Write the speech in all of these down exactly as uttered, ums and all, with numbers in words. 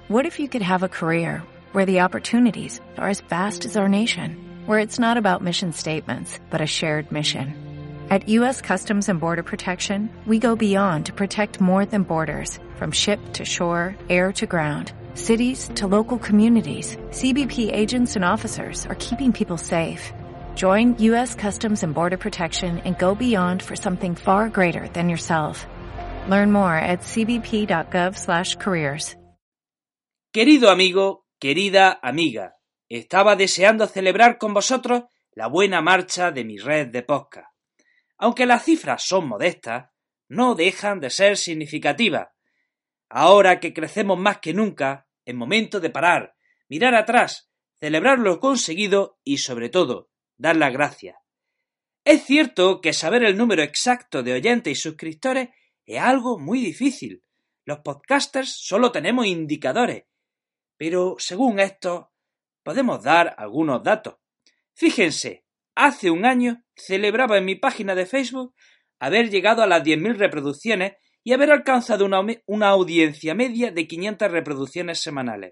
What if you could have a career where the opportunities are as vast as our nation, where it's not about mission statements, but a shared mission? At U S Customs and Border Protection, we go beyond to protect more than borders. From ship to shore, air to ground, cities to local communities, C B P agents and officers are keeping people safe. Join U S Customs and Border Protection and go beyond for something far greater than yourself. Learn more at c b p dot gov slash careers. Querido amigo, querida amiga, estaba deseando celebrar con vosotros la buena marcha de mi red de podcast. Aunque las cifras son modestas, no dejan de ser significativas. Ahora que crecemos más que nunca, es momento de parar, mirar atrás, celebrar lo conseguido y, sobre todo, dar las gracias. Es cierto que saber el número exacto de oyentes y suscriptores es algo muy difícil. Los podcasters solo tenemos indicadores, pero según esto podemos dar algunos datos. Fíjense, hace un año celebraba en mi página de Facebook haber llegado a las diez mil reproducciones y haber alcanzado una, una audiencia media de quinientas reproducciones semanales.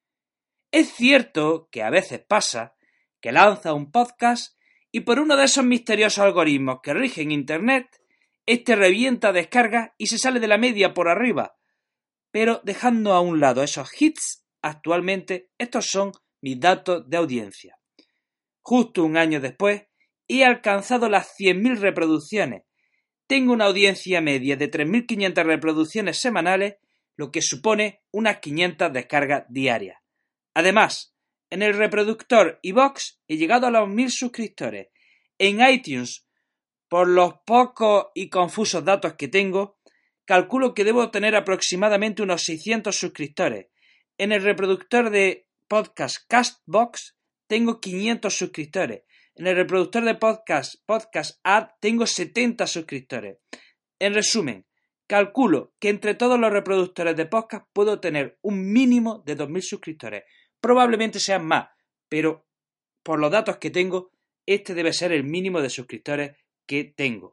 Es cierto que a veces pasa que lanza un podcast y por uno de esos misteriosos algoritmos que rigen Internet, este revienta descargas y se sale de la media por arriba. Pero dejando a un lado esos hits, actualmente estos son mis datos de audiencia. Justo un año después, he alcanzado las cien mil reproducciones. Tengo una audiencia media de tres mil quinientas reproducciones semanales, lo que supone unas quinientas descargas diarias. Además, en el reproductor iVoox he llegado a los mil suscriptores. En iTunes, por los pocos y confusos datos que tengo, calculo que debo tener aproximadamente unos seiscientos suscriptores. En el reproductor de podcast Castbox tengo quinientos suscriptores. En el reproductor de podcast Podcast Ad tengo setenta suscriptores. En resumen, calculo que entre todos los reproductores de podcast puedo tener un mínimo de dos mil suscriptores. Probablemente sean más, pero por los datos que tengo, este debe ser el mínimo de suscriptores que tengo.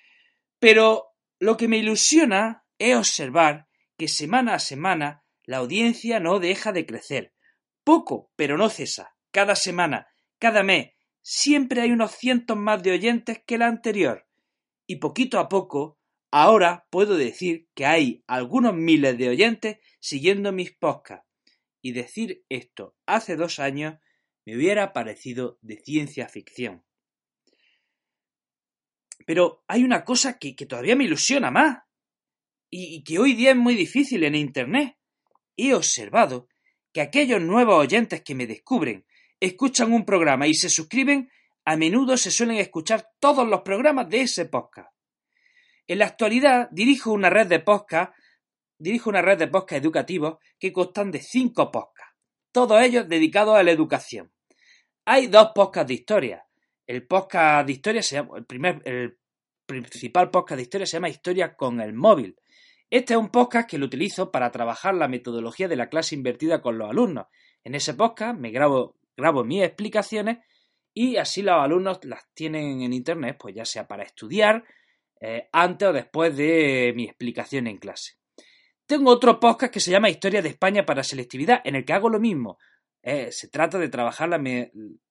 Pero lo que me ilusiona es observar que semana a semana la audiencia no deja de crecer. Poco, pero no cesa. Cada semana, cada mes, siempre hay unos cientos más de oyentes que la anterior. Y poquito a poco, ahora puedo decir que hay algunos miles de oyentes siguiendo mis podcasts. Y decir esto hace dos años me hubiera parecido de ciencia ficción. Pero hay una cosa que, que todavía me ilusiona más y, y que hoy día es muy difícil en Internet. He observado que aquellos nuevos oyentes que me descubren, escuchan un programa y se suscriben, a menudo se suelen escuchar todos los programas de ese podcast. En la actualidad dirijo una red de podcast, dirijo una red de podcast educativos que constan de cinco podcasts, todos ellos dedicados a la educación. Hay dos podcasts de historia. El podcast de historia se llama, el primer, el principal podcast de historia se llama Historia con el móvil. Este es un podcast que lo utilizo para trabajar la metodología de la clase invertida con los alumnos. En ese podcast me grabo, grabo mis explicaciones y así los alumnos las tienen en internet, pues ya sea para estudiar eh, antes o después de mi explicación en clase. Tengo otro podcast que se llama Historia de España para selectividad, en el que hago lo mismo. Eh, se trata de trabajar la, me,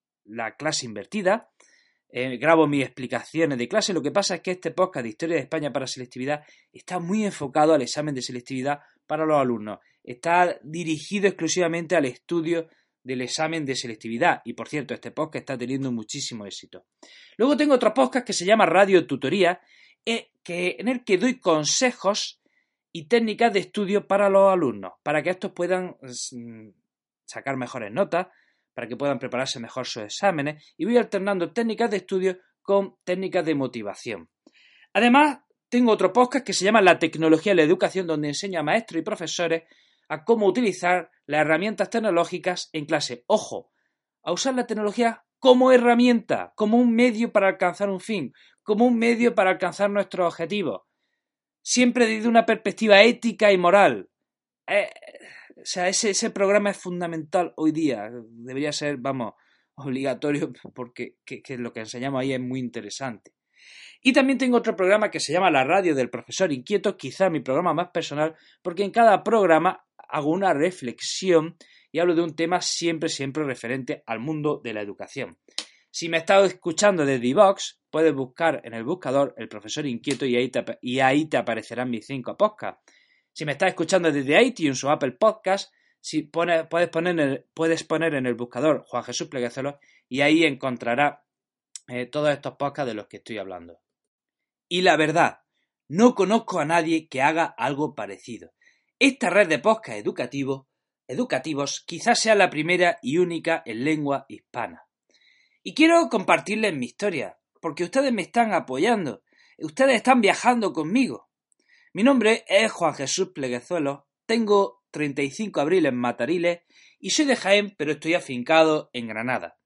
la clase invertida. Eh, grabo mis explicaciones de clase. Lo que pasa es que este podcast de Historia de España para selectividad está muy enfocado al examen de selectividad para los alumnos. Está dirigido exclusivamente al estudio del examen de selectividad. Y por cierto, este podcast está teniendo muchísimo éxito. Luego tengo otro podcast que se llama Radio Tutoría, eh, que, en el que doy consejos y técnicas de estudio para los alumnos, para que estos puedan mm, sacar mejores notas, para que puedan prepararse mejor sus exámenes, y voy alternando técnicas de estudio con técnicas de motivación. Además, tengo otro podcast que se llama La tecnología y la educación, donde enseño a maestros y profesores a cómo utilizar las herramientas tecnológicas en clase. Ojo, a usar la tecnología como herramienta, como un medio para alcanzar un fin, como un medio para alcanzar nuestros objetivos. Siempre desde una perspectiva ética y moral. Eh, o sea, ese, ese programa es fundamental hoy día. Debería ser, vamos, obligatorio porque que, que lo que enseñamos ahí es muy interesante. Y también tengo otro programa que se llama La Radio del Profesor Inquieto, quizá mi programa más personal, porque en cada programa hago una reflexión y hablo de un tema siempre, siempre referente al mundo de la educación. Si me estás escuchando desde iVoox, puedes buscar en el buscador El Profesor Inquieto y ahí te, y ahí te aparecerán mis cinco podcasts. Si me estás escuchando desde iTunes o Apple Podcast, si pone, puedes, poner en el, puedes poner en el buscador Juan Jesús Pleguezuelos y ahí encontrarás eh, todos estos podcasts de los que estoy hablando. Y la verdad, no conozco a nadie que haga algo parecido. Esta red de podcasts educativos, educativos quizás sea la primera y única en lengua hispana. Y quiero compartirles mi historia, porque ustedes me están apoyando, ustedes están viajando conmigo. Mi nombre es Juan Jesús Pleguezuelos, tengo treinta y cinco abriles matariles y soy de Jaén, pero estoy afincado en Granada.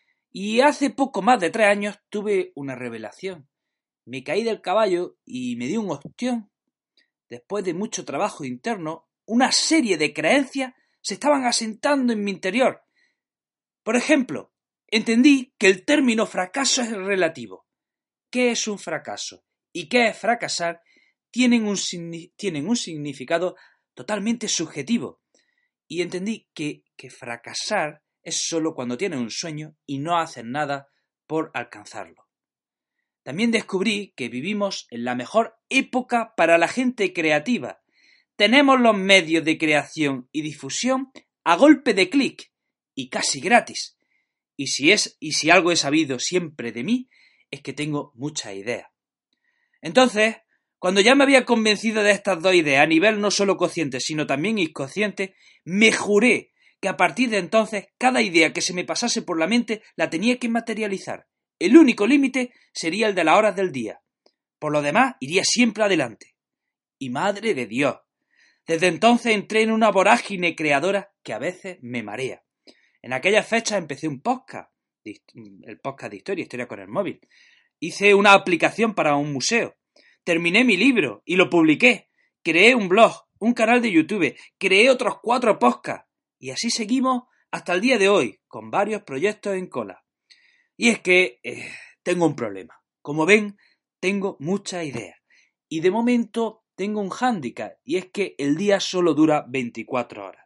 Y hace poco más de tres años tuve una revelación. Me caí del caballo y me di un ostión. Después de mucho trabajo interno, una serie de creencias se estaban asentando en mi interior. Por ejemplo, entendí que el término fracaso es relativo. ¿Qué es un fracaso y qué es fracasar? Tienen un, tienen un significado totalmente subjetivo. Y entendí que, que fracasar es solo cuando tienes un sueño y no haces nada por alcanzarlo. También descubrí que vivimos en la mejor época para la gente creativa. Tenemos los medios de creación y difusión a golpe de clic y casi gratis. Y si, es, y si algo he sabido siempre de mí, es que tengo muchas ideas. Entonces, cuando ya me había convencido de estas dos ideas a nivel no solo consciente, sino también inconsciente, me juré que a partir de entonces cada idea que se me pasase por la mente la tenía que materializar. El único límite sería el de las horas del día. Por lo demás, iría siempre adelante. Y madre de Dios, desde entonces entré en una vorágine creadora que a veces me marea. En aquellas fechas empecé un podcast, el podcast de historia, Historia con el móvil. Hice una aplicación para un museo. Terminé mi libro y lo publiqué. Creé un blog, un canal de YouTube, creé otros cuatro podcasts. Y así seguimos hasta el día de hoy, con varios proyectos en cola. Y es que eh, tengo un problema. Como ven, tengo muchas ideas. Y de momento tengo un hándicap, y es que el día solo dura veinticuatro horas.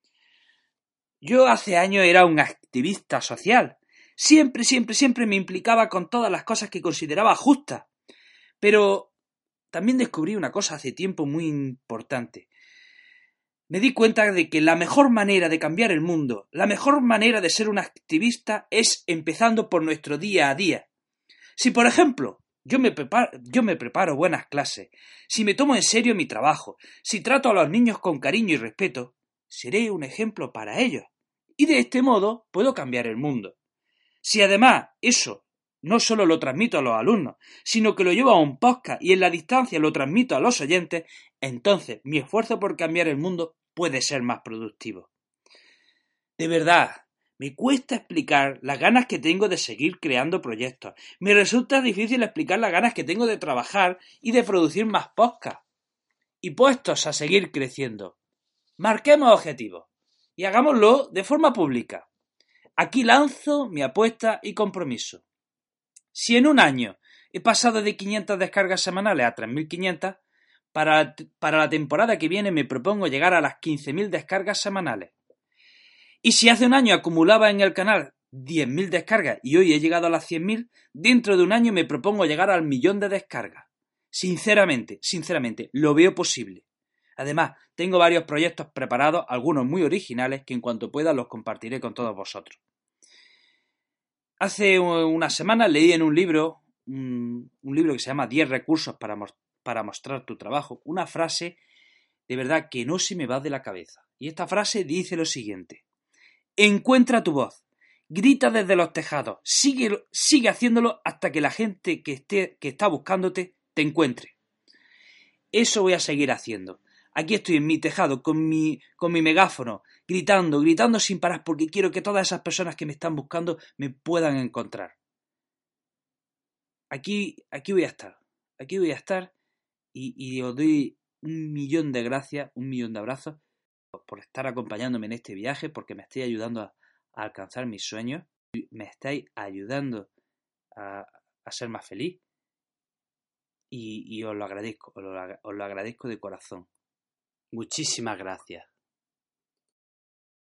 Yo hace años era un activista social. Siempre, siempre, siempre me implicaba con todas las cosas que consideraba justas. Pero también descubrí una cosa hace tiempo muy importante. Me di cuenta de que la mejor manera de cambiar el mundo, la mejor manera de ser un activista es empezando por nuestro día a día. Si, por ejemplo, yo me preparo, yo me preparo buenas clases, si me tomo en serio mi trabajo, si trato a los niños con cariño y respeto, seré un ejemplo para ellos. Y de este modo puedo cambiar el mundo. Si además eso no solo lo transmito a los alumnos, sino que lo llevo a un podcast y en la distancia lo transmito a los oyentes, entonces mi esfuerzo por cambiar el mundo puede ser más productivo. De verdad, me cuesta explicar las ganas que tengo de seguir creando proyectos. Me resulta difícil explicar las ganas que tengo de trabajar y de producir más podcasts. Y puestos a seguir creciendo, marquemos objetivos y hagámoslo de forma pública. Aquí lanzo mi apuesta y compromiso. Si en un año he pasado de quinientas descargas semanales a tres mil quinientas, para, para la temporada que viene me propongo llegar a las quince mil descargas semanales. Y si hace un año acumulaba en el canal diez mil descargas y hoy he llegado a las cien mil, dentro de un año me propongo llegar al millón de descargas. Sinceramente, sinceramente, lo veo posible. Además, tengo varios proyectos preparados, algunos muy originales, que en cuanto pueda los compartiré con todos vosotros. Hace unas semanas leí en un libro, un, un libro que se llama diez recursos para, para mostrar tu trabajo, una frase de verdad que no se me va de la cabeza. Y esta frase dice lo siguiente: encuentra tu voz, grita desde los tejados, sigue, sigue haciéndolo hasta que la gente que, esté, que está buscándote te encuentre. Eso voy a seguir haciendo. Aquí estoy en mi tejado con mi, con mi megáfono, gritando, gritando sin parar, porque quiero que todas esas personas que me están buscando me puedan encontrar. Aquí, aquí voy a estar, aquí voy a estar y, y os doy un millón de gracias, un millón de abrazos por estar acompañándome en este viaje, porque me estáis ayudando a, a alcanzar mis sueños, me estáis ayudando a, a ser más feliz y, y os lo agradezco, os lo, os lo agradezco de corazón. Muchísimas gracias.